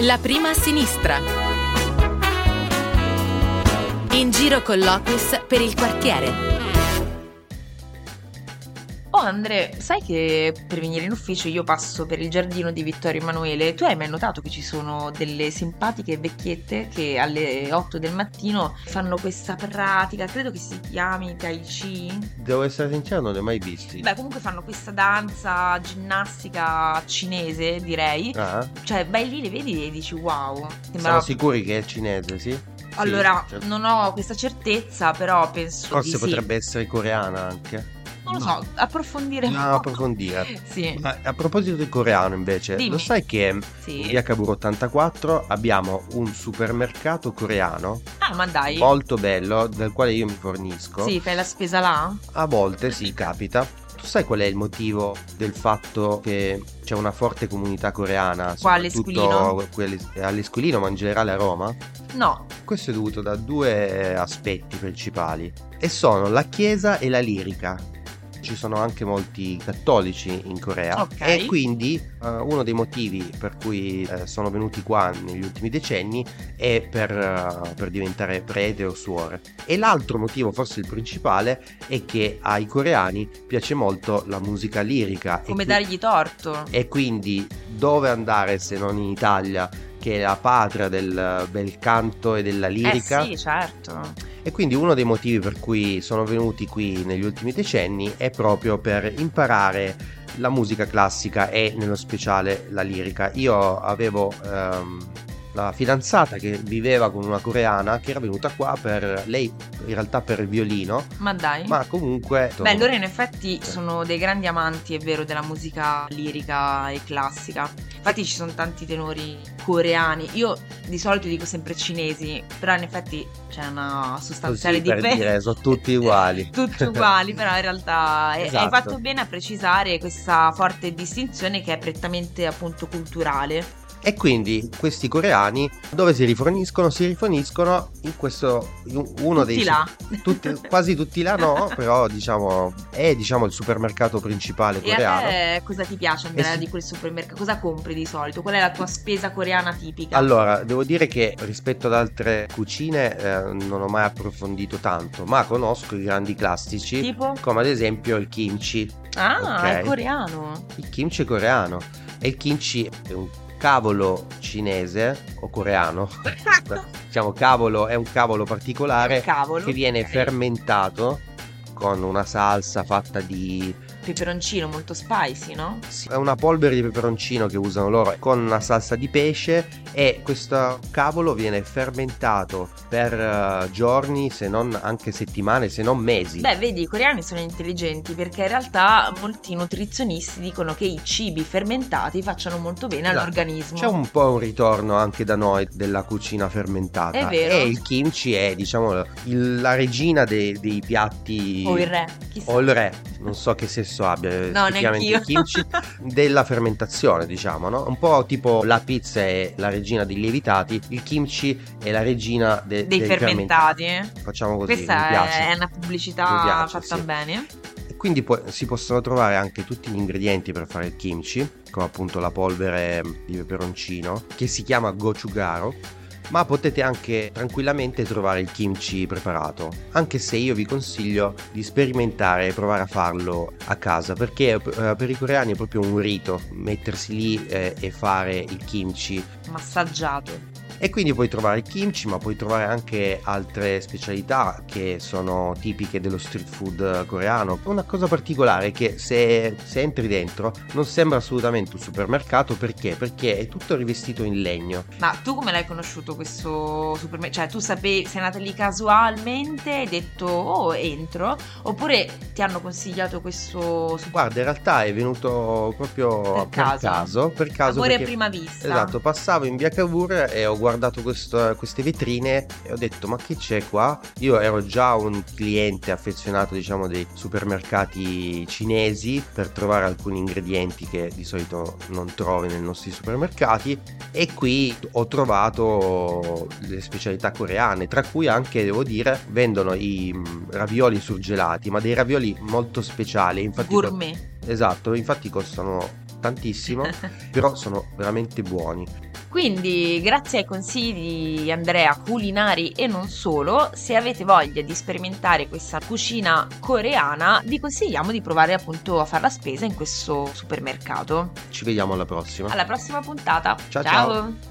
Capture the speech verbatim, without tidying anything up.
La prima a sinistra. In giro con Locus per il quartiere. Oh Andre, sai che per venire in ufficio io passo per il giardino di Vittorio Emanuele? Tu hai mai notato che ci sono delle simpatiche vecchiette che alle otto del mattino fanno questa pratica, credo che si chiami Tai Chi? Devo essere sincero, non li ho mai visti. Beh, comunque fanno questa danza ginnastica cinese, direi. Ah. Cioè, vai lì, le vedi e dici wow. Siamo Sembra... sicuri che è cinese, sì? Allora, Sì, certo. non ho questa certezza, però penso Forse di sì. potrebbe essere coreana anche. Non lo so, approfondire un No, po'. approfondire. Sì. Ma a proposito del coreano invece, Dimmi. lo sai che in Sì. via Cavour ottantaquattro abbiamo un supermercato coreano Ah, ma dai. molto bello del quale io mi fornisco? Sì, fai la spesa là? A volte sì, capita. Tu sai qual è il motivo del fatto che c'è una forte comunità coreana? Qua soprattutto quelli- all'Esquilino, ma in generale a Roma? No. Questo è dovuto da due aspetti principali e sono la chiesa e la lirica. Ci sono anche molti cattolici in Corea Ok. e quindi eh, uno dei motivi per cui eh, sono venuti qua negli ultimi decenni è per, eh, per diventare prete o suore. E l'altro motivo, forse il principale, è che ai coreani piace molto la musica lirica. Come e qui- dargli torto. E quindi dove andare se non in Italia, che è la patria del bel canto e della lirica? Eh sì, certo. E quindi uno dei motivi per cui sono venuti qui negli ultimi decenni è proprio per imparare la musica classica e nello speciale la lirica. Io avevo ehm, la fidanzata che viveva con una coreana che era venuta qua per lei in realtà per il violino, Ma dai. ma comunque Beh, loro in effetti sono dei grandi amanti, è vero, della musica lirica e classica. Infatti ci sono tanti tenori coreani. Io di solito dico sempre cinesi, però in effetti c'è una sostanziale così per differenza. dire sono tutti uguali. Tutti uguali, però in realtà eh, Esatto. hai fatto bene a precisare questa forte distinzione che è prettamente appunto culturale. E quindi questi coreani dove si riforniscono? Si riforniscono in questo in uno Tutti dei là. tutti, quasi tutti là no, però diciamo è diciamo il supermercato principale E a coreano. te cosa ti piace andare Eh sì. di quel supermercato? Cosa compri di solito? Qual è la tua spesa coreana tipica? Allora, devo dire che rispetto ad altre cucine eh, non ho mai approfondito tanto, ma conosco i grandi classici, Tipo? come ad esempio il kimchi. Ah, Ok. è coreano. Il kimchi è coreano e il kimchi è un cavolo cinese o coreano. Diciamo cavolo, è un cavolo particolare Cavolo. che viene Ok. fermentato con una salsa fatta di Peperoncino molto spicy, no? sì, è una polvere di peperoncino che usano loro con una salsa di pesce e questo cavolo viene fermentato per eh, giorni, se non anche settimane, se non mesi. Beh, vedi, i coreani sono intelligenti perché in realtà molti nutrizionisti dicono che i cibi fermentati facciano molto bene Esatto. all'organismo. C'è un po' un ritorno anche da noi della cucina fermentata. È vero. E il kimchi è, diciamo, il- la regina dei, dei piatti. O il re, chissà. O il re, non so che senso abbia No, effettivamente neanch'io. il kimchi, della fermentazione, diciamo, no? Un po' tipo la pizza è la regina dei lievitati, il kimchi è la regina de- Dei fermentati. eh. Facciamo così, Questa mi piace. è una Mi pubblicità piace, fatta sì. bene. E quindi poi si possono trovare anche tutti gli ingredienti per fare il kimchi, come appunto la polvere di peperoncino, che si chiama gochujaro, ma potete anche tranquillamente trovare il kimchi preparato, anche se io vi consiglio di sperimentare e provare a farlo a casa, perché eh, per i coreani è proprio un rito mettersi lì eh, e fare il kimchi. Massaggiato. E quindi puoi trovare il kimchi, ma puoi trovare anche altre specialità che sono tipiche dello street food coreano. Una cosa particolare è che se, se entri dentro non sembra assolutamente un supermercato, perché? Perché è tutto rivestito in legno. Ma tu come l'hai conosciuto questo supermercato? Cioè tu sapevi, sei andata lì casualmente, hai detto oh entro, oppure ti hanno consigliato questo supermercato? Guarda, in realtà è venuto proprio Per per caso. caso, per caso Amore a perché- prima vista. Esatto, passavo in via Cavour e ho guardato questo- queste vetrine e ho detto ma che c'è qua? Io ero già un cliente affezionato, diciamo, dei supermercati cinesi per trovare alcuni ingredienti che di solito non trovi nei nostri supermercati, e qui ho trovato le specialità coreane, tra cui anche, devo dire, vendono i mm, ravioli surgelati, ma dei ravioli molto speciali, infatti Gourmet. esatto, infatti costano tantissimo, però sono veramente buoni. Quindi, grazie ai consigli di Andrea, culinari e non solo, se avete voglia di sperimentare questa cucina coreana, vi consigliamo di provare appunto a fare la spesa in questo supermercato. Ci vediamo alla prossima. Alla prossima puntata. Ciao, ciao.